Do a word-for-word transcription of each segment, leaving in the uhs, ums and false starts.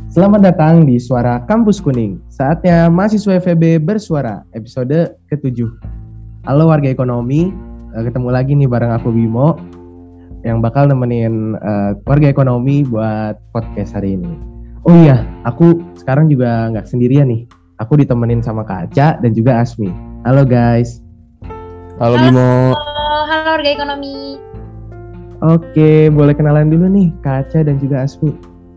Selamat datang di Suara Kampus Kuning. Saatnya mahasiswa F E B bersuara, episode ketujuh. Halo warga ekonomi, ketemu lagi nih bareng aku Bimo yang bakal nemenin uh, warga ekonomi buat podcast hari ini. Oh iya, aku sekarang juga nggak sendirian nih. Aku ditemenin sama Kak Aca dan juga Asmi. Halo guys. Halo, halo Bimo. Halo, halo warga ekonomi. Oke, boleh kenalan dulu nih Kak Aca dan juga Asmi.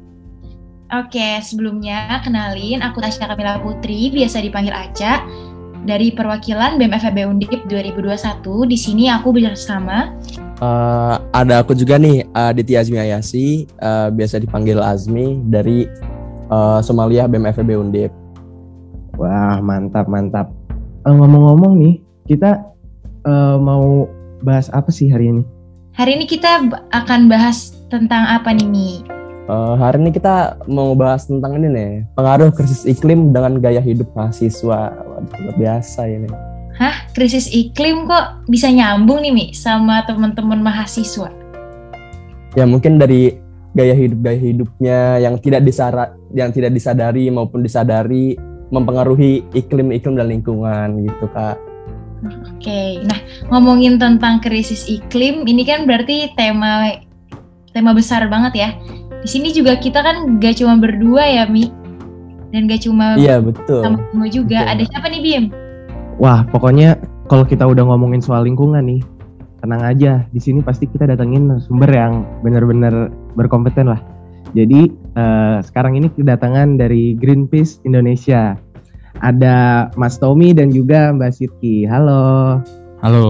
Oke, sebelumnya kenalin aku Tasya Kamila Putri, biasa dipanggil Aca, dari perwakilan B E M F E B Undip dua ribu dua puluh satu. Di sini aku bersama uh, ada aku juga nih, Aditya Azmi Ayasi, uh, biasa dipanggil Azmi dari uh, Somalia B E M F E B Undip. Wah, mantap mantap. Uh, ngomong-ngomong nih, kita uh, mau bahas apa sih hari ini? Hari ini kita akan bahas tentang apa nih, Mi? Uh, hari ini kita mau bahas tentang ini nih, pengaruh krisis iklim dengan gaya hidup mahasiswa. Waduh, luar biasa ini. Hah? Krisis iklim kok bisa nyambung nih, Mi, sama teman-teman mahasiswa? Ya mungkin dari gaya hidup-gaya hidupnya yang tidak disara, yang tidak disadari maupun disadari mempengaruhi iklim-iklim dan lingkungan gitu, Kak. Oke, nah ngomongin tentang krisis iklim, ini kan berarti tema tema besar banget ya. Di sini juga kita kan gak cuma berdua ya, Mi, dan gak cuma iya betul sama Bimo juga. Betul. Ada siapa nih, Bim? Wah, pokoknya kalau kita udah ngomongin soal lingkungan nih, tenang aja. Di sini pasti kita datengin sumber yang benar-benar berkompeten lah. Jadi uh, sekarang ini kedatangan dari Greenpeace Indonesia. Ada Mas Tommy dan juga Mbak Sidki. Halo. Halo.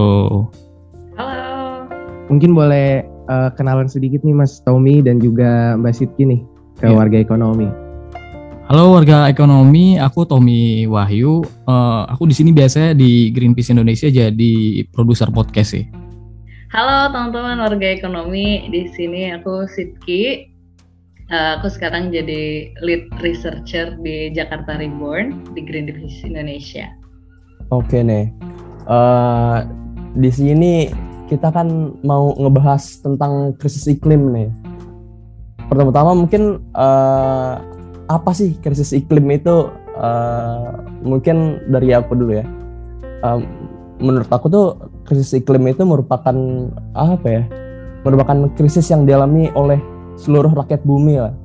Halo. Mungkin boleh uh, kenalan sedikit nih Mas Tommy dan juga Mbak Sidki nih ke yeah. warga ekonomi. Halo warga ekonomi, aku Tommy Wahyu. Uh, aku di sini biasanya di Greenpeace Indonesia jadi produser podcast sih. Halo teman-teman warga ekonomi, di sini aku Sidki. Uh, aku sekarang jadi lead researcher di Jakarta Reborn di Greenpeace Indonesia. Oke nih, uh, di sini kita kan mau ngebahas tentang krisis iklim nih. Pertama-tama mungkin uh, apa sih krisis iklim itu? Uh, mungkin dari aku dulu ya. Uh, menurut aku tuh krisis iklim itu merupakan apa ya? Merupakan krisis yang dialami oleh seluruh rakyat bumi lah,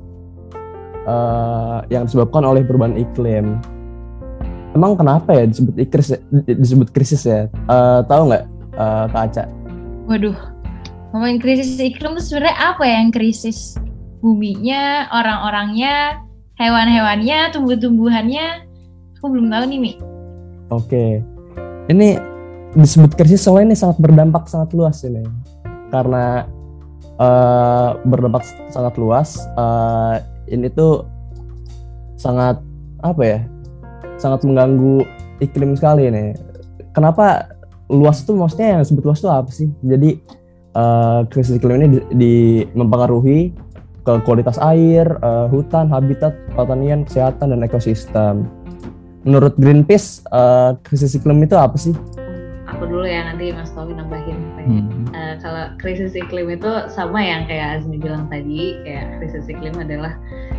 uh, yang disebabkan oleh perubahan iklim. Emang kenapa ya disebut krisis? Disebut krisis ya? Uh, tahu nggak, uh, Kak Aca? Waduh, ngomongin krisis iklim itu sebenarnya apa ya yang krisis? Buminya, orang-orangnya, hewan-hewannya, tumbuh-tumbuhannya? Aku belum tahu nih, Mi. Oke, ini disebut krisis soalnya ini sangat berdampak sangat luas ini, karena Uh, berdampak sangat luas. Uh, ini tuh sangat apa ya? Sangat mengganggu iklim sekali ini. Kenapa luas tuh? Maksudnya yang disebut luas tuh apa sih? Jadi uh, krisis iklim ini di, di mempengaruhi ke kualitas air, uh, hutan, habitat, pertanian, kesehatan dan ekosistem. Menurut Greenpeace, uh, krisis iklim itu apa sih? Aku dulu ya, nanti Mas Tommy nambahin. Hmm. Uh, kalau krisis iklim itu sama yang kayak Azmi bilang tadi, kayak krisis iklim adalah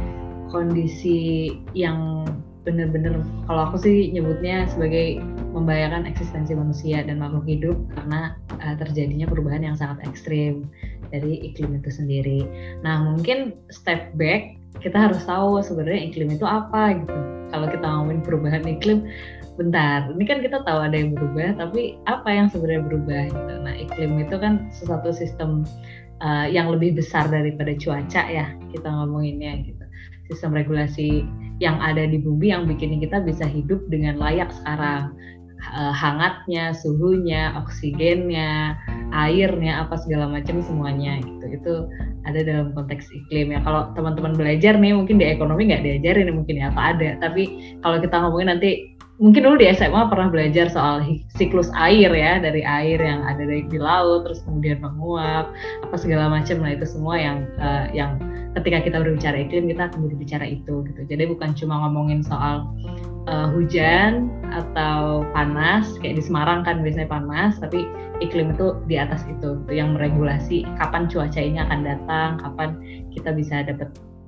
kondisi yang benar-benar, kalau aku sih nyebutnya sebagai membahayakan eksistensi manusia dan makhluk hidup karena uh, terjadinya perubahan yang sangat ekstrim dari iklim itu sendiri. Nah, mungkin step back, kita harus tahu sebenarnya iklim itu apa gitu. Kalau kita ngomongin perubahan iklim, bentar, ini kan kita tahu ada yang berubah, tapi apa yang sebenarnya berubah gitu. Nah, iklim itu kan sesuatu sistem uh, yang lebih besar daripada cuaca ya, kita ngomonginnya gitu. Sistem regulasi yang ada di bumi yang bikin kita bisa hidup dengan layak sekarang. Uh, hangatnya, suhunya, oksigennya, airnya, apa segala macam semuanya gitu. Itu ada dalam konteks iklim ya. Kalau teman-teman belajar nih, mungkin di ekonomi nggak diajarin mungkin ya, apa ada. Tapi kalau kita ngomongin nanti, mungkin dulu di S M A pernah belajar soal siklus air ya, dari air yang ada dari di laut terus kemudian menguap apa segala macam. Nah, itu semua yang uh, yang ketika kita berbicara iklim kita akan berbicara itu gitu. Jadi bukan cuma ngomongin soal uh, hujan atau panas kayak di Semarang kan biasanya panas, tapi iklim itu di atas itu, itu yang meregulasi kapan cuaca ini akan datang, kapan kita bisa dapat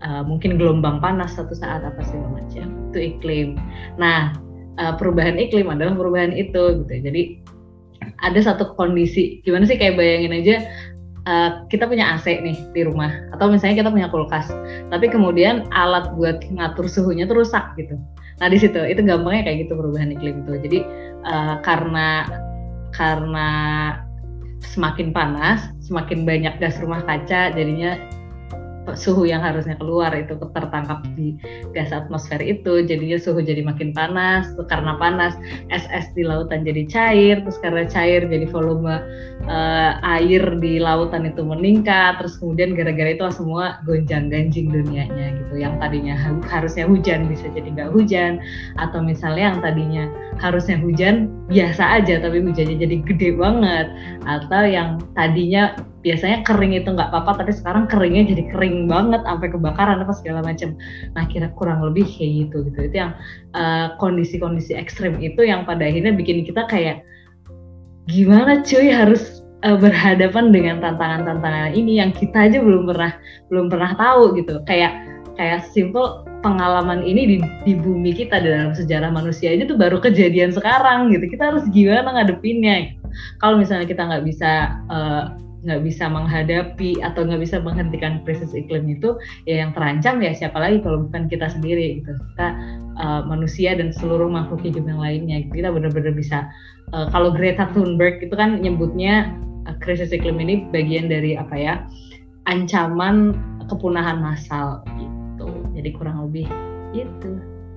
uh, mungkin gelombang panas suatu saat apa segala macam. Itu iklim. Nah, uh, perubahan iklim adalah perubahan itu gitu. Jadi ada satu kondisi, gimana sih kayak bayangin aja uh, kita punya A C nih di rumah, atau misalnya kita punya kulkas, tapi kemudian alat buat ngatur suhunya tuh rusak gitu. Nah di situ itu gampangnya kayak gitu perubahan iklim itu. Jadi uh, karena karena semakin panas, semakin banyak gas rumah kaca, jadinya suhu yang harusnya keluar itu tertangkap di gas atmosfer itu, jadinya suhu jadi makin panas. Karena panas, es es di lautan jadi cair, terus karena cair jadi volume uh, air di lautan itu meningkat, terus kemudian gara-gara itu semua gonjang-ganjing dunianya gitu. Yang tadinya harusnya hujan bisa jadi nggak hujan, atau misalnya yang tadinya harusnya hujan biasa aja tapi hujannya jadi gede banget, atau yang tadinya biasanya kering itu nggak apa-apa tapi sekarang keringnya jadi kering banget sampai kebakaran apa segala macam. Nah kira kurang lebih kayak gitu gitu. Itu yang uh, kondisi-kondisi ekstrim itu yang pada akhirnya bikin kita kayak gimana cuy harus uh, berhadapan dengan tantangan-tantangan ini yang kita aja belum pernah belum pernah tahu gitu. Kayak kayak simple pengalaman ini di, di bumi kita dalam sejarah manusia aja tuh baru kejadian sekarang gitu. Kita harus gimana ngadepinnya gitu. Kalau misalnya kita nggak bisa uh, nggak bisa menghadapi atau nggak bisa menghentikan krisis iklim itu, ya yang terancam ya siapa lagi kalau bukan kita sendiri gitu. Kita uh, manusia dan seluruh makhluk hidup yang lainnya gitu. Kita benar-benar bisa uh, kalau Greta Thunberg itu kan nyebutnya uh, krisis iklim ini bagian dari apa ya, ancaman kepunahan massal gitu. Jadi kurang lebih itu.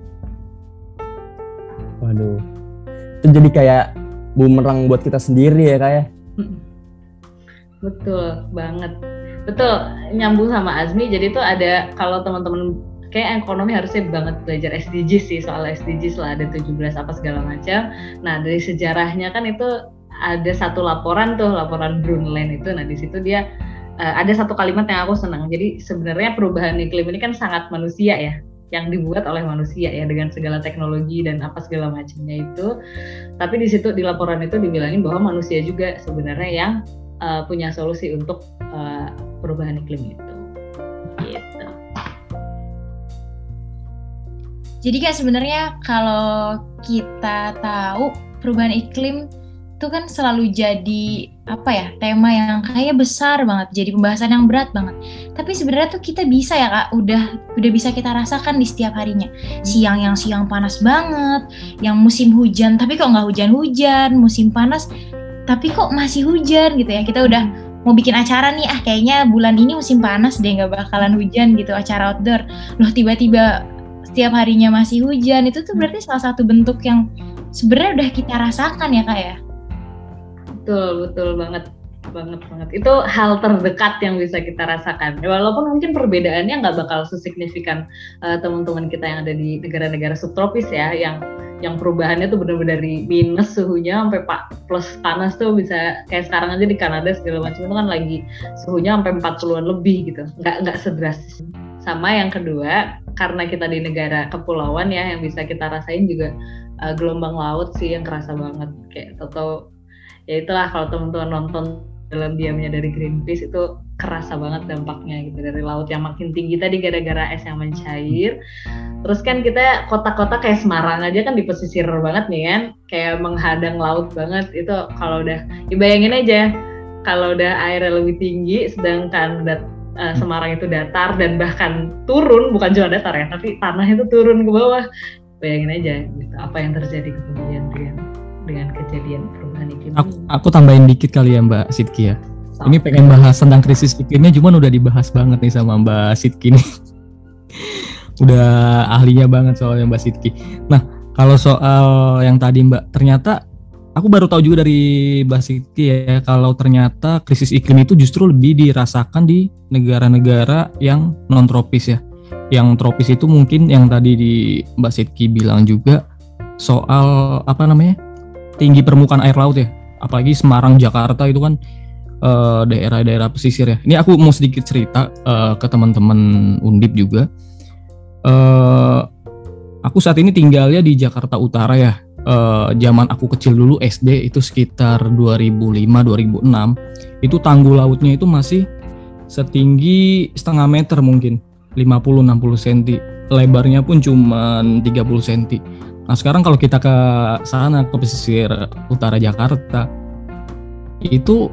Waduh, itu jadi kayak bumerang buat kita sendiri ya kayak. Betul banget, betul, nyambung sama Azmi. Jadi itu ada, kalau teman-teman kayak ekonomi harusnya banget belajar S D Gs sih, soal S D Gs lah, ada tujuh belas apa segala macam. Nah dari sejarahnya kan itu ada satu laporan tuh, laporan Brundtland itu. Nah di situ dia uh, ada satu kalimat yang aku senang. Jadi sebenarnya perubahan iklim ini kan sangat manusia ya, yang dibuat oleh manusia ya, dengan segala teknologi dan apa segala macamnya itu. Tapi di situ di laporan itu dibilangin bahwa manusia juga sebenarnya yang Uh, punya solusi untuk uh, perubahan iklim itu. Gitu. Jadi kan sebenarnya kalau kita tahu perubahan iklim itu kan selalu jadi apa ya, tema yang kayak besar banget, jadi pembahasan yang berat banget. Tapi sebenarnya tuh kita bisa ya Kak, udah udah bisa kita rasakan di setiap harinya. Siang yang siang panas banget, yang musim hujan tapi kok nggak hujan-hujan, musim panas tapi kok masih hujan gitu ya. Kita udah mau bikin acara nih, ah kayaknya bulan ini musim panas deh, gak bakalan hujan gitu, acara outdoor. Loh tiba-tiba setiap harinya masih hujan. Itu tuh berarti salah satu bentuk yang sebenarnya udah kita rasakan ya Kak ya? Betul, betul banget. banget banget itu hal terdekat yang bisa kita rasakan, walaupun mungkin perbedaannya nggak bakal sesignifikan uh, teman-teman kita yang ada di negara-negara subtropis ya, yang yang perubahannya tuh benar-benar dari minus suhunya sampai plus panas tuh bisa kayak sekarang aja di Kanada segala macam itu kan lagi suhunya sampai empat puluhan lebih gitu, nggak nggak sedrastis. Sama yang kedua, karena kita di negara kepulauan ya, yang bisa kita rasain juga uh, gelombang laut sih yang kerasa banget, kayak atau ya itulah kalau teman-teman nonton dalam diamnya dari Greenpeace itu kerasa banget dampaknya gitu, dari laut yang makin tinggi tadi gara-gara es yang mencair. Terus kan kita kota-kota kayak Semarang aja kan di pesisir banget nih kan, kayak menghadang laut banget. Itu kalau udah dibayangin aja, kalau udah airnya lebih tinggi sedangkan dat, uh, Semarang itu datar dan bahkan turun, bukan cuma datar ya, tapi tanahnya itu turun ke bawah. Bayangin aja gitu, apa yang terjadi kemudian dengan dengan kejadian perubahan iklim. Aku, aku tambahin dikit kali ya Mbak Sidki ya. So, ini pengen bahas tentang krisis iklimnya, cuman udah dibahas banget nih sama Mbak Sidki nih. Udah ahlinya banget soalnya Mbak Sidki. Nah, kalau soal yang tadi Mbak, ternyata aku baru tahu juga dari Mbak Sidki ya, kalau ternyata krisis iklim itu justru lebih dirasakan di negara-negara yang non tropis ya. Yang tropis itu mungkin yang tadi di Mbak Sidki bilang juga soal apa namanya, tinggi permukaan air laut ya. Apalagi Semarang, Jakarta itu kan uh, daerah-daerah pesisir ya. Ini aku mau sedikit cerita uh, ke teman-teman Undip juga. Uh, aku saat ini tinggalnya di Jakarta Utara ya. Uh, zaman aku kecil dulu S D itu sekitar dua ribu lima dua ribu enam, itu tanggul lautnya itu masih setinggi setengah meter mungkin. lima puluh enam puluh sentimeter, lebarnya pun cuma tiga puluh sentimeter. Nah sekarang kalau kita ke sana, ke pesisir utara Jakarta, itu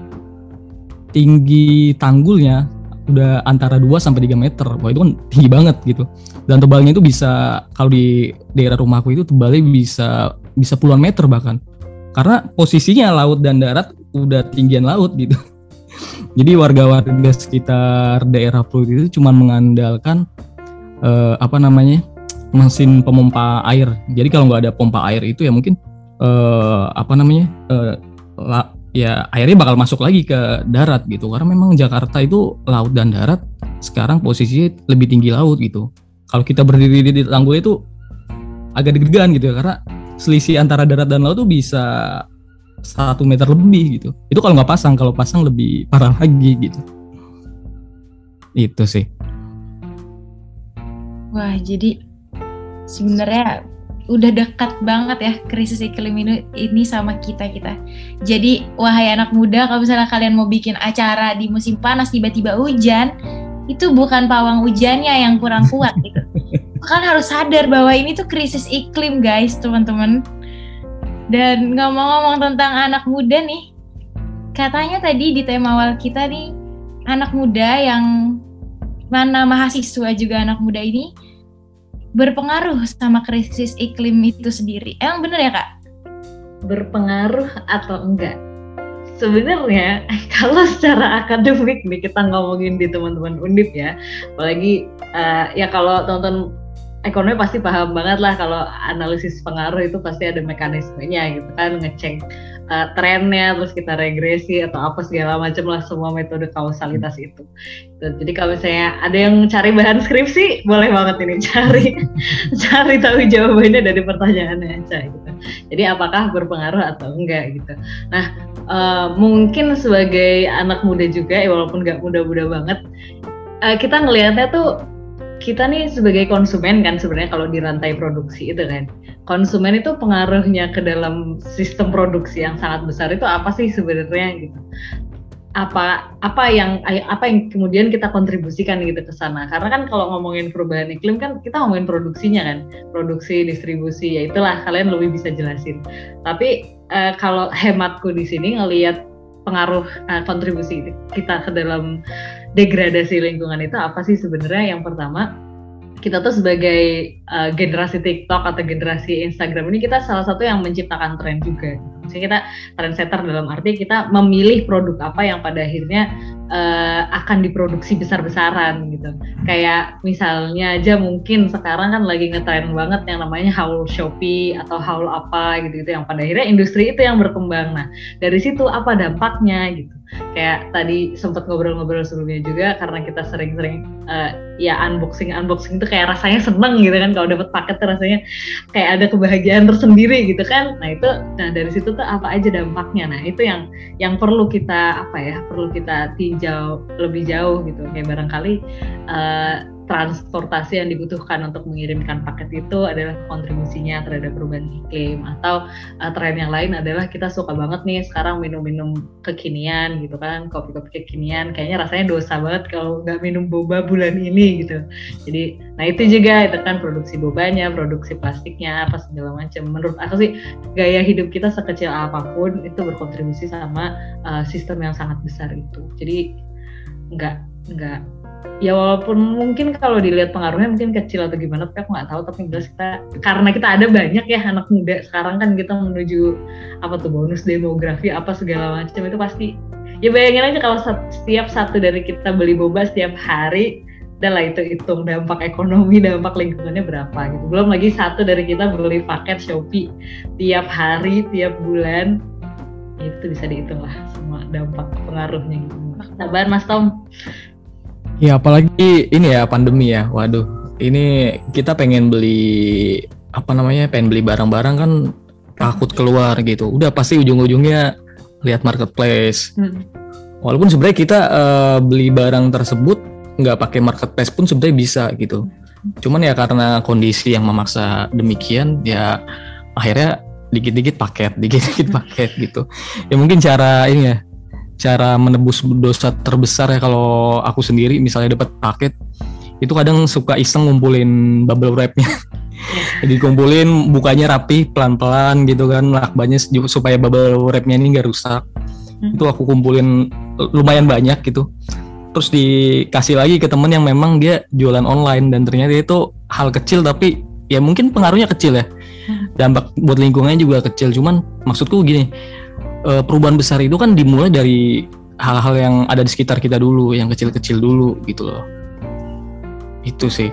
tinggi tanggulnya udah antara dua sampai tiga meter. Wah itu kan tinggi banget gitu. Dan tebalnya itu bisa, kalau di daerah rumahku itu tebalnya bisa bisa puluhan meter bahkan. Karena posisinya laut dan darat udah tinggian laut gitu. Jadi warga-warga sekitar daerah Pluit itu cuma mengandalkan eh, apa namanya mesin pemompa air. Jadi kalau nggak ada pompa air itu ya mungkin eh, apa namanya eh, la, ya airnya bakal masuk lagi ke darat gitu. Karena memang Jakarta itu laut dan darat sekarang posisinya lebih tinggi laut gitu. Kalau kita berdiri di tanggul itu agak deg-degan gitu ya, karena selisih antara darat dan laut tuh bisa satu meter lebih gitu. Itu kalau nggak pasang, kalau pasang lebih parah lagi gitu. Itu sih. Wah, jadi sebenarnya udah dekat banget ya krisis iklim ini, ini sama kita-kita. Jadi, wahai anak muda, kalau misalnya kalian mau bikin acara di musim panas tiba-tiba hujan, itu bukan pawang hujannya yang kurang kuat gitu. Kalian harus sadar bahwa ini tuh krisis iklim, guys, teman-teman. Dan ngomong-ngomong tentang anak muda nih, katanya tadi di tema awal kita nih, anak muda yang mana mahasiswa juga anak muda ini berpengaruh sama krisis iklim itu sendiri. Emang bener ya, Kak? Berpengaruh atau enggak? Sebenarnya kalau secara akademik nih kita ngomongin di teman-teman Undip ya, apalagi uh, ya kalau teman-teman ekonomi pasti paham banget lah, kalau analisis pengaruh itu pasti ada mekanismenya gitu kan, ngecek uh, trennya, terus kita regresi atau apa segala macam lah, semua metode kausalitas itu. Jadi kalau misalnya ada yang cari bahan skripsi, boleh banget ini cari cari tahu jawabannya dari pertanyaannya aja gitu. Jadi apakah berpengaruh atau enggak gitu. Nah uh, mungkin sebagai anak muda juga, ya walaupun nggak muda-muda banget, uh, kita ngelihatnya tuh kita nih sebagai konsumen kan sebenarnya kalau di rantai produksi itu kan, konsumen itu pengaruhnya ke dalam sistem produksi yang sangat besar itu apa sih sebenarnya gitu. Apa apa yang apa yang kemudian kita kontribusikan gitu ke sana. Karena kan kalau ngomongin perubahan iklim kan kita ngomongin produksinya kan, produksi, distribusi, ya itulah kalian lebih bisa jelasin. Tapi uh, kalau hematku di sini ngelihat pengaruh uh, kontribusi kita ke dalam degradasi lingkungan itu apa sih sebenarnya? Yang pertama, kita tuh sebagai uh, generasi TikTok atau generasi Instagram ini kita salah satu yang menciptakan tren juga. Maksudnya kita trendsetter dalam arti kita memilih produk apa yang pada akhirnya uh, akan diproduksi besar-besaran gitu. Kayak misalnya aja mungkin sekarang kan lagi ngetren banget yang namanya haul Shopee atau haul apa gitu-gitu, yang pada akhirnya industri itu yang berkembang. Nah dari situ apa dampaknya gitu. Kayak tadi sempat ngobrol-ngobrol sebelumnya juga, karena kita sering-sering uh, ya unboxing-unboxing itu kayak rasanya seneng gitu kan, kalau dapat paket tuh rasanya kayak ada kebahagiaan tersendiri gitu kan. Nah itu, nah dari situ tuh apa aja dampaknya. Nah itu yang yang perlu kita apa ya, perlu kita tinjau lebih jauh gitu. Kayak barangkali uh, transportasi yang dibutuhkan untuk mengirimkan paket itu adalah kontribusinya terhadap perubahan iklim. Atau uh, tren yang lain adalah kita suka banget nih sekarang minum-minum kekinian gitu kan, kopi-kopi kekinian, kayaknya rasanya dosa banget kalau nggak minum boba bulan ini gitu. Jadi nah itu juga, itu kan produksi bobanya, produksi plastiknya, apa segala macam. Menurut aku sih gaya hidup kita sekecil apapun itu berkontribusi sama uh, sistem yang sangat besar itu. Jadi nggak nggak ya walaupun mungkin kalau dilihat pengaruhnya mungkin kecil atau gimana, tapi aku nggak tahu. Tapi jelas kita, karena kita ada banyak ya anak muda sekarang kan, kita menuju apa tuh bonus demografi apa segala macam, itu pasti ya bayangin aja kalau setiap satu dari kita beli boba setiap hari, dan lah itu hitung dampak ekonomi, dampak lingkungannya berapa gitu. Belum lagi satu dari kita beli paket Shopee tiap hari, tiap bulan, itu bisa dihitung lah semua dampak pengaruhnya gitu. Sabar Mas Tom. Ya apalagi ini ya pandemi ya, waduh ini kita pengen beli apa namanya, pengen beli barang-barang kan takut keluar gitu, udah pasti ujung-ujungnya lihat marketplace. Hmm. Walaupun sebenarnya kita uh, beli barang tersebut nggak pakai marketplace pun sebenarnya bisa gitu, cuman ya karena kondisi yang memaksa demikian ya akhirnya dikit-dikit paket, dikit-dikit paket gitu. Ya mungkin cara ini ya, cara menebus dosa terbesar ya kalau aku sendiri misalnya dapat paket itu kadang suka iseng ngumpulin bubble wrapnya. Jadi kumpulin, bukanya rapi, pelan-pelan gitu kan, lakbannya supaya bubble wrapnya ini nggak rusak. Hmm. Itu aku kumpulin lumayan banyak gitu. Terus dikasih lagi ke temen yang memang dia jualan online, dan ternyata itu hal kecil tapi ya mungkin pengaruhnya kecil ya. Dampak buat lingkungannya juga kecil. Cuman maksudku gini, perubahan besar itu kan dimulai dari hal-hal yang ada di sekitar kita dulu, yang kecil-kecil dulu gitu loh. Itu sih.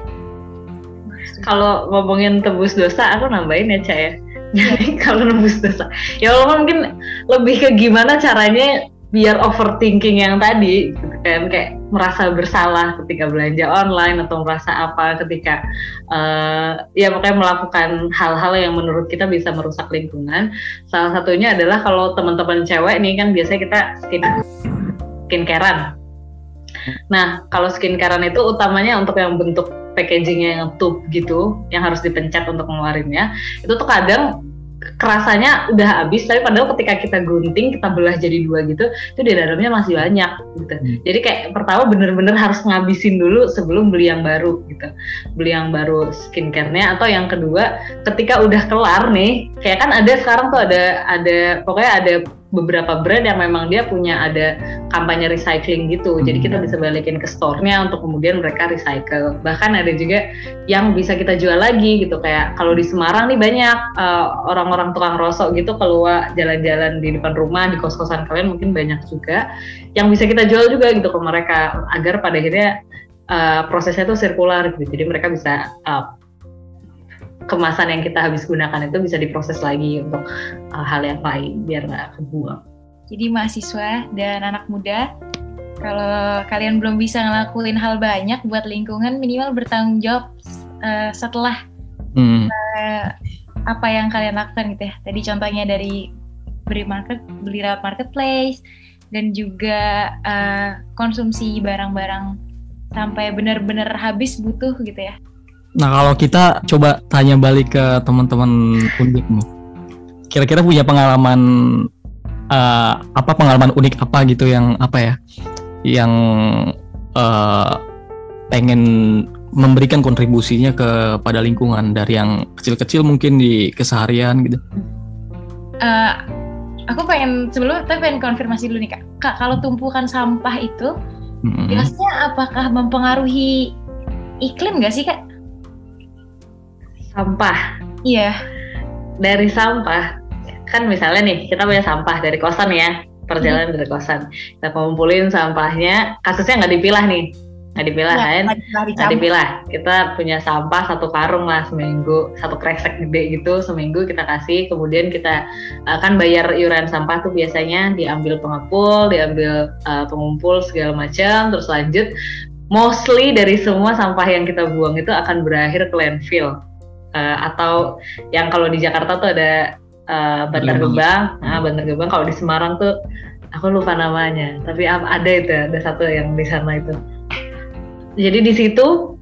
Kalau ngomongin tebus dosa, aku nambahin ya Ca ya. Jadi kalau nembus dosa, ya Allah mungkin lebih ke gimana caranya biar overthinking yang tadi, gitu kan, kayak merasa bersalah ketika belanja online atau merasa apa ketika uh, ya makanya melakukan hal-hal yang menurut kita bisa merusak lingkungan. Salah satunya adalah kalau teman-teman cewek nih kan biasanya kita skin skincarean. Nah, kalau skincarean itu utamanya untuk yang bentuk packagingnya yang tube gitu, yang harus dipencet untuk ngeluarinnya, itu tuh kadang kerasanya udah habis, tapi padahal ketika kita gunting, kita belah jadi dua gitu, itu di dalamnya masih banyak gitu. Hmm. Jadi kayak pertama bener-bener harus ngabisin dulu sebelum beli yang baru gitu. Beli yang baru skincare-nya, atau yang kedua ketika udah kelar nih, kayak kan ada sekarang tuh ada ada pokoknya ada beberapa brand yang memang dia punya ada kampanye recycling gitu. Hmm. Jadi kita bisa balikin ke store-nya untuk kemudian mereka recycle. Bahkan ada juga yang bisa kita jual lagi gitu. Kayak kalau di Semarang nih banyak uh, orang-orang tukang rosok gitu keluar jalan-jalan di depan rumah, di kos-kosan kalian mungkin banyak juga yang bisa kita jual juga gitu ke mereka, agar pada akhirnya uh, prosesnya tuh sirkular gitu. Jadi mereka bisa uh, kemasan yang kita habis gunakan itu bisa diproses lagi untuk uh, hal yang lain biar nggak kebuang. Jadi mahasiswa dan anak muda, kalau kalian belum bisa ngelakuin hal banyak buat lingkungan, minimal bertanggung jawab uh, setelah hmm. uh, apa yang kalian lakukan gitu ya. Tadi contohnya dari beli market, beli lewat marketplace, dan juga uh, konsumsi barang-barang sampai benar-benar habis butuh gitu ya. Nah, kalau kita coba tanya balik ke teman-teman Undip nih, kira-kira punya pengalaman uh, apa pengalaman unik apa gitu yang apa ya, yang uh, pengen memberikan kontribusinya kepada lingkungan dari yang kecil-kecil mungkin di keseharian gitu. Uh, aku pengen sebelum tapi pengen konfirmasi dulu nih kak, kak kalau tumpukan sampah itu mm-hmm. biasanya apakah mempengaruhi iklim nggak sih kak? Sampah. Iya. Dari sampah, kan misalnya nih kita punya sampah dari kosan ya, perjalanan hmm. dari kosan, kita kumpulin sampahnya, kasusnya nggak dipilah nih, nggak dipilah ya, kan? Nggak dipilah. Kita punya sampah satu karung lah seminggu, satu kresek gede gitu seminggu kita kasih, kemudian kita uh, kan bayar iuran sampah tuh biasanya diambil pengepul, diambil uh, pengumpul segala macam, terus lanjut. Mostly dari semua sampah yang kita buang itu akan berakhir ke landfill. Uh, atau yang kalau di Jakarta tuh ada uh, Bantar Gebang, nah Bantar Gebang. Kalau di Semarang tuh aku lupa namanya, tapi ada itu, ada satu yang di sana itu. Jadi di situ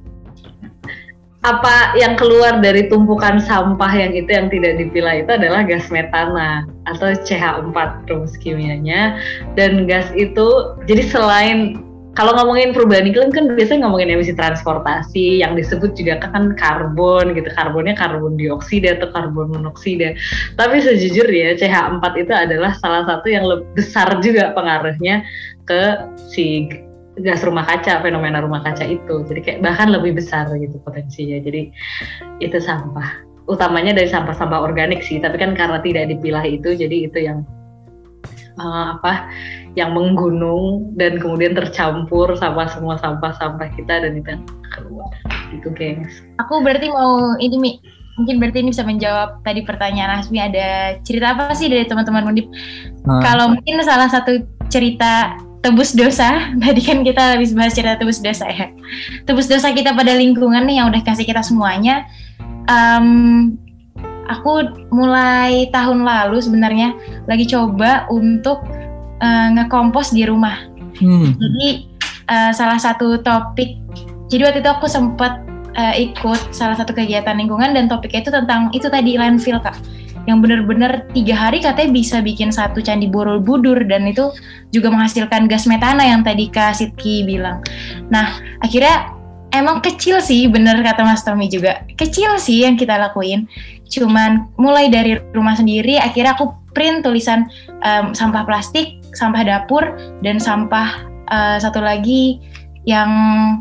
apa yang keluar dari tumpukan sampah yang itu yang tidak dipilah itu adalah gas metana atau C H empat rumus kimianya, dan gas itu jadi selain kalau ngomongin perubahan iklim kan biasanya ngomongin emisi transportasi yang disebut juga kan karbon gitu, karbonnya karbon dioksida atau karbon monoksida. Tapi sejujurnya C H empat itu adalah salah satu yang lebih besar juga pengaruhnya ke si gas rumah kaca, fenomena rumah kaca itu. Jadi kayak bahkan lebih besar gitu potensinya. Jadi itu sampah. Utamanya dari sampah-sampah organik sih, tapi kan karena tidak dipilah itu, jadi itu yang uh, apa? yang menggunung dan kemudian tercampur sama semua sampah-sampah kita dan itu yang keluar. Itu gengs. Aku berarti mau ini Mi, mungkin berarti ini bisa menjawab tadi pertanyaan Asmi, ada cerita apa sih dari teman-teman Undip? Hmm. Kalau mungkin salah satu cerita tebus dosa, tadi kan kita habis bahas cerita tebus dosa ya. Tebus dosa kita pada lingkungan nih yang udah kasih kita semuanya. Um, aku mulai tahun lalu sebenarnya lagi coba untuk Uh, ngekompos di rumah. Hmm. Jadi uh, salah satu topik, jadi waktu itu aku sempat uh, ikut salah satu kegiatan lingkungan dan topiknya itu tentang itu tadi landfill kak, yang benar-benar tiga hari katanya bisa bikin satu candi Borobudur dan itu juga menghasilkan gas metana yang tadi Kak Sidki bilang. Nah akhirnya emang kecil sih, bener kata Mas Tommy juga. Kecil sih yang kita lakuin. Cuman mulai dari rumah sendiri, akhirnya aku print tulisan um, sampah plastik, sampah dapur, dan sampah uh, satu lagi yang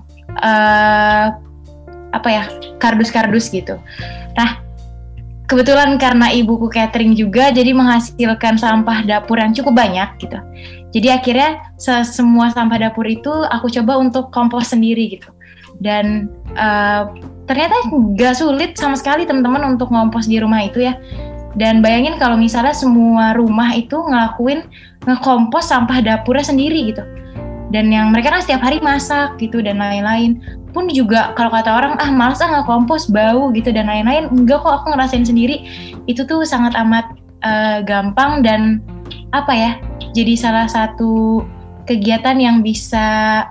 uh, apa ya, kardus-kardus gitu. Nah, kebetulan karena ibuku catering juga, jadi menghasilkan sampah dapur yang cukup banyak gitu. Jadi akhirnya semua sampah dapur itu aku coba untuk kompos sendiri gitu. Dan uh, ternyata gak sulit sama sekali teman-teman untuk ngompos di rumah itu ya. Dan bayangin kalau misalnya semua rumah itu ngelakuin ngekompos sampah dapurnya sendiri gitu. Dan yang mereka kan setiap hari masak gitu dan lain-lain. Pun juga kalau kata orang, ah malas ah ngekompos, bau gitu dan lain-lain. Enggak kok, aku ngerasain sendiri. Itu tuh sangat amat uh, gampang dan apa ya, jadi salah satu kegiatan yang bisa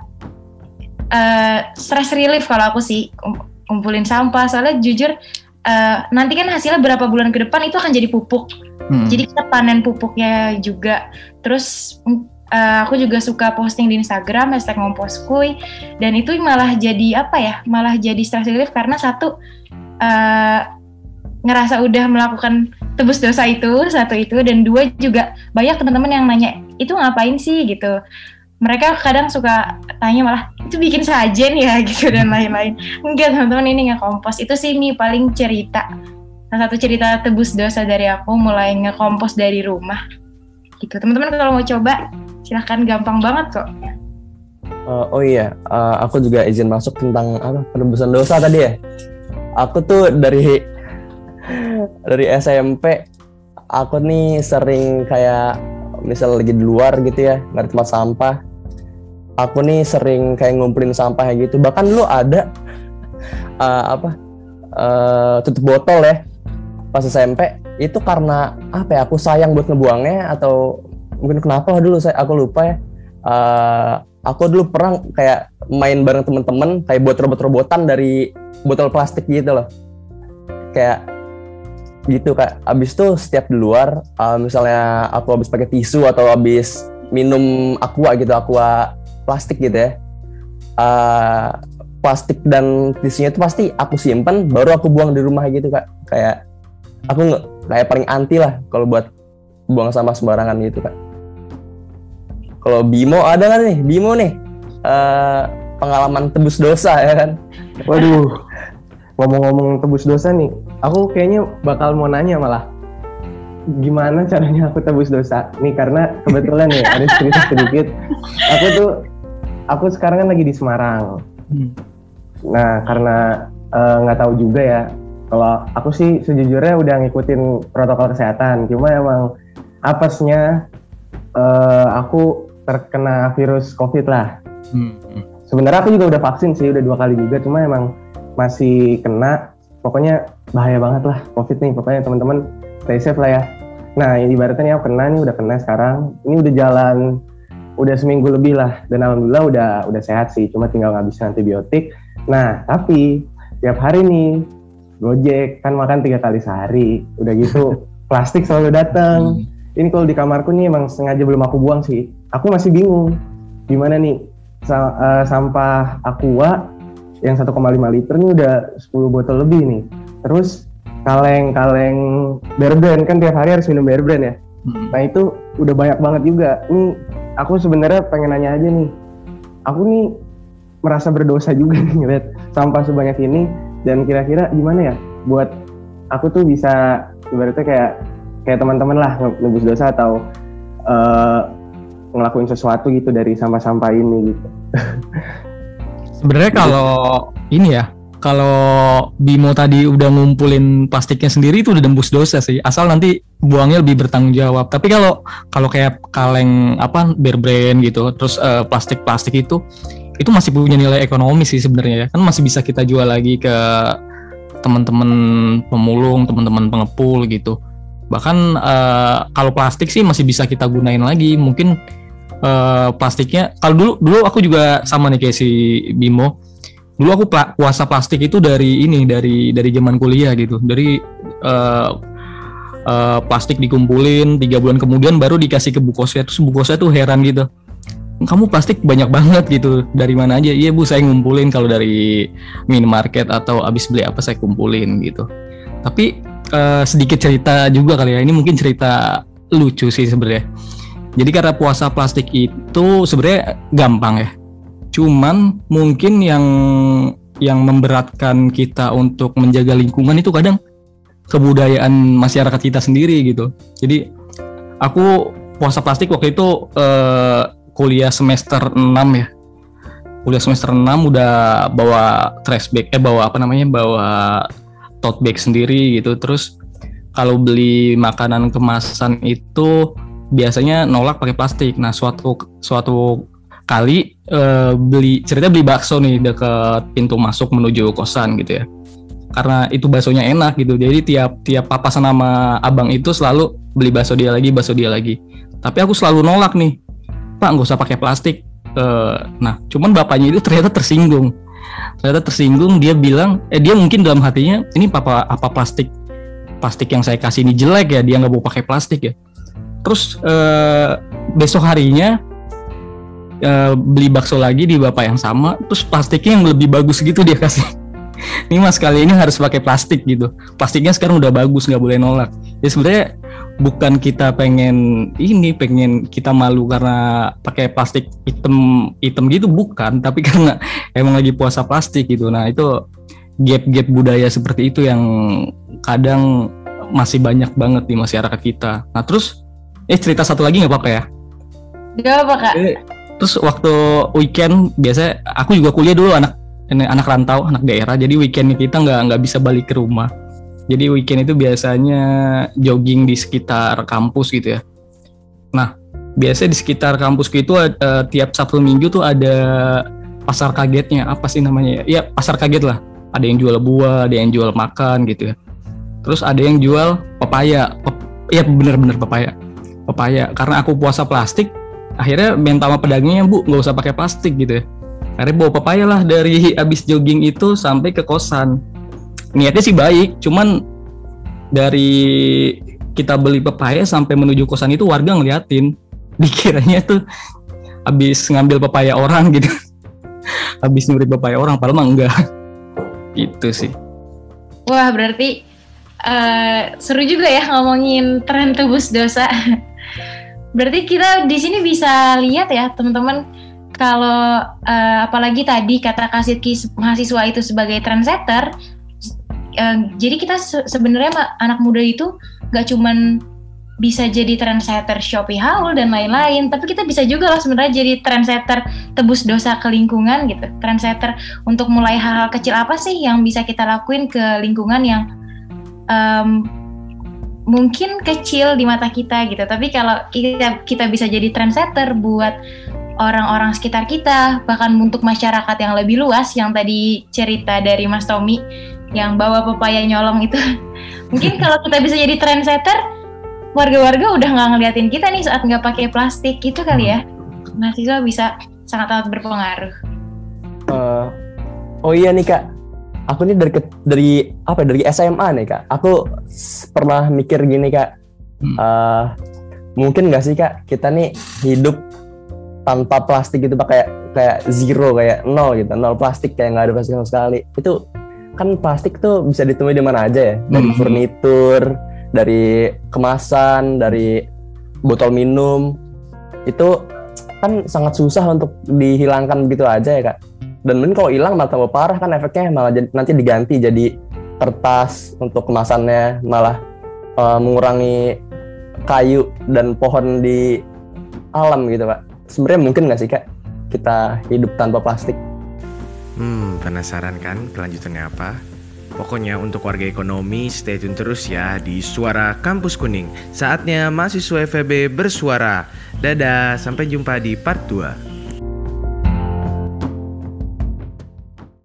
uh, stress relief kalau aku sih, kumpulin sampah. Soalnya jujur uh, nanti kan hasilnya berapa bulan ke depan itu akan jadi pupuk. Hmm. Jadi kita panen pupuknya juga. Terus uh, aku juga suka posting di Instagram hashtag ngomposkuy, dan itu malah jadi apa ya, malah jadi stress relief karena satu uh, ngerasa udah melakukan tebus dosa itu, satu itu, dan dua juga banyak teman-teman yang nanya, itu ngapain sih gitu. Mereka kadang suka tanya malah, itu bikin sajen ya gitu dan lain-lain. Enggak teman-teman, ini ngekompos. Itu sih nih paling cerita, salah satu cerita tebus dosa dari aku mulai ngekompos dari rumah gitu. Teman-teman kalau mau coba silahkan, gampang banget kok. Uh, oh iya, uh, aku juga izin masuk tentang apa penebusan dosa tadi ya. Aku tuh dari dari S M P aku nih sering kayak misal lagi di luar gitu ya, nggak ada tempat sampah, aku nih sering kayak ngumpulin sampah kayak gitu. Bahkan dulu ada uh, apa uh, tutup botol ya pas S M P, itu karena apa ya, aku sayang buat ngebuangnya atau mungkin kenapa dulu saya aku lupa ya. Uh, aku dulu pernah kayak main bareng temen-temen kayak buat robot-robotan dari botol plastik gitu loh, kayak gitu kak. Abis itu setiap di luar, uh, misalnya aku habis pakai tisu atau habis minum aqua gitu, aqua plastik gitu ya, uh, plastik dan tisunya itu pasti aku simpan, baru aku buang di rumah gitu kak. Kayak aku nggak, kayak paling anti lah kalau buat buang sampah sembarangan gitu kak. Kalau Bimo ada nggak nih, Bimo nih uh, pengalaman tebus dosa ya kan? Waduh, ngomong-ngomong tebus dosa nih, aku kayaknya bakal mau nanya malah, gimana caranya aku tebus dosa nih, karena kebetulan nih ada cerita sedikit. Aku tuh, aku sekarang kan lagi di Semarang. Nah karena nggak uh, tahu juga ya, kalau aku sih sejujurnya udah ngikutin protokol kesehatan, cuma emang apesnya uh, aku terkena virus COVID lah. Hmm. Sebenarnya aku juga udah vaksin sih, udah dua kali juga, cuma emang masih kena. Pokoknya bahaya banget lah COVID nih, pokoknya teman-teman stay safe lah ya. Nah ibaratnya nih aku kena nih, udah kena sekarang, ini udah jalan udah seminggu lebih lah, dan alhamdulillah udah udah sehat sih, cuma tinggal ngabisin antibiotik. Nah tapi tiap hari nih Gojek kan makan tiga kali sehari, udah gitu plastik selalu datang. Ini kalau di kamarku nih emang sengaja belum aku buang sih, aku masih bingung gimana nih sa- uh, sampah aqua yang satu koma lima liter nih udah sepuluh botol lebih nih. Terus kaleng-kaleng Bear Brand kan tiap hari harus minum Bear Brand ya. Hmm. Nah itu udah banyak banget juga. Nih aku sebenarnya pengen nanya aja nih. Aku nih merasa berdosa juga nih ngeliat sampah sebanyak ini, dan kira-kira gimana ya buat aku tuh bisa ibaratnya kayak kayak teman-teman lah nebus dosa atau uh, ngelakuin sesuatu gitu dari sampah-sampah ini gitu. Sebenarnya kalau ini ya, kalau Bimo tadi udah ngumpulin plastiknya sendiri itu udah nembus dosa sih, asal nanti buangnya lebih bertanggung jawab. Tapi kalau kalau kayak kaleng apa Bear Brand gitu, terus uh, plastik-plastik itu itu masih punya nilai ekonomi sih sebenarnya ya. Kan masih bisa kita jual lagi ke teman-teman pemulung, teman-teman pengepul gitu. Bahkan uh, kalau plastik sih masih bisa kita gunain lagi. Mungkin uh, plastiknya kalau dulu dulu aku juga sama nih kayak si Bimo. Dulu aku pla- puasa plastik itu dari ini dari dari zaman kuliah gitu. Dari uh, uh, plastik dikumpulin tiga bulan kemudian baru dikasih ke bukosnya. Terus bukosnya tuh heran gitu. kamu plastik banyak banget gitu, dari mana aja? Iya bu, saya ngumpulin kalau dari minimarket atau abis beli apa saya kumpulin gitu. Tapi uh, sedikit cerita juga kali ya, ini mungkin cerita lucu sih sebenarnya. Jadi karena puasa plastik itu sebenarnya gampang ya, cuman mungkin yang yang memberatkan kita untuk menjaga lingkungan itu kadang kebudayaan masyarakat kita sendiri gitu. Jadi aku puasa plastik waktu itu uh, kuliah semester enam ya. Kuliah semester enam udah bawa trash bag, eh bawa apa namanya, bawa tote bag sendiri gitu. Terus kalau beli makanan kemasan itu biasanya nolak pakai plastik. Nah, suatu suatu kali eh, beli cerita beli bakso nih dekat pintu masuk menuju kosan gitu ya. Karena itu baksonya enak gitu. Jadi tiap tiap papasan sama abang itu selalu beli bakso dia lagi, bakso dia lagi. Tapi aku selalu nolak nih. Pak, nggak usah pakai plastik. Uh, nah, cuman bapaknya itu ternyata tersinggung. Ternyata tersinggung, dia bilang, eh dia mungkin dalam hatinya, ini papa apa plastik plastik yang saya kasih ini jelek ya, dia nggak mau pakai plastik ya. Terus uh, besok harinya uh, beli bakso lagi di bapak yang sama, terus plastiknya yang lebih bagus gitu dia kasih. Ini mas, kali ini harus pakai plastik gitu. Plastiknya sekarang udah bagus, nggak boleh nolak. Ya sebenarnya bukan kita pengen ini, pengen kita malu karena pakai plastik hitam hitam gitu, bukan. Tapi karena emang lagi puasa plastik gitu. Nah itu gap-gap budaya seperti itu yang kadang masih banyak banget di masyarakat kita. Nah terus, eh cerita satu lagi nggak apa-apa ya? Nggak apa kak. Eh, terus waktu weekend biasanya aku juga kuliah dulu, anak anak rantau, anak daerah. Jadi weekendnya kita nggak nggak bisa balik ke rumah. Jadi weekend itu biasanya jogging di sekitar kampus gitu ya. Nah, biasanya di sekitar kampus itu uh, tiap Sabtu Minggu tuh ada pasar kagetnya. Apa sih namanya? Ya, pasar kaget lah. Ada yang jual buah, ada yang jual makan gitu ya. Terus ada yang jual pepaya. Pep- ya bener-bener pepaya. Pepaya. Karena aku puasa plastik, akhirnya minta sama pedagangnya, Bu, nggak usah pakai plastik gitu ya. Akhirnya bawa pepaya lah dari abis jogging itu sampai ke kosan. Niatnya sih baik, cuman dari kita beli pepaya sampai menuju kosan itu warga ngeliatin, dikiranya tuh habis ngambil pepaya orang gitu, habis nyuri pepaya orang, padahal mah enggak. Gitu sih. Wah, berarti uh, seru juga ya ngomongin tren tebus dosa. Berarti kita di sini bisa lihat ya teman-teman, kalau uh, apalagi tadi kata Kak Sidki mahasiswa itu sebagai trendsetter. Uh, jadi kita se- sebenarnya ma- anak muda itu gak cuman bisa jadi trendsetter Shopee haul dan lain-lain, tapi kita bisa juga loh sebenarnya jadi trendsetter tebus dosa ke lingkungan gitu. Trendsetter untuk mulai hal-hal kecil apa sih yang bisa kita lakuin ke lingkungan yang um, mungkin kecil di mata kita gitu. Tapi kalau kita kita bisa jadi trendsetter buat orang-orang sekitar kita, bahkan untuk masyarakat yang lebih luas, yang tadi cerita dari Mas Tommy yang bawa pepaya nyolong itu. Mungkin kalau kita bisa jadi trendsetter, warga-warga udah nggak ngeliatin kita nih saat nggak pakai plastik gitu kali ya. Mahasiswa bisa sangat-sangat berpengaruh. Uh, oh iya nih Kak, aku nih dari dari apa dari S M A nih Kak, aku pernah mikir gini Kak, uh, mungkin nggak sih Kak kita nih hidup tanpa plastik gitu, pakai kayak zero, kayak nol gitu, nol plastik, kayak nggak ada plastik sama sekali. Itu kan plastik tuh bisa ditemui di mana aja ya, dari hmm. furnitur, dari kemasan, dari botol minum. Itu kan sangat susah untuk dihilangkan begitu aja ya Kak. Dan mungkin kalau hilang malah tambah parah kan efeknya, malah jadi, nanti diganti jadi kertas untuk kemasannya, malah uh, mengurangi kayu dan pohon di alam gitu Pak. Sebenarnya mungkin nggak sih Kak kita hidup tanpa plastik? Hmm, penasaran kan kelanjutannya apa? Pokoknya untuk warga ekonomi, stay tune terus ya di Suara Kampus Kuning. Saatnya mahasiswa F E B bersuara. Dadah, sampai jumpa di part dua.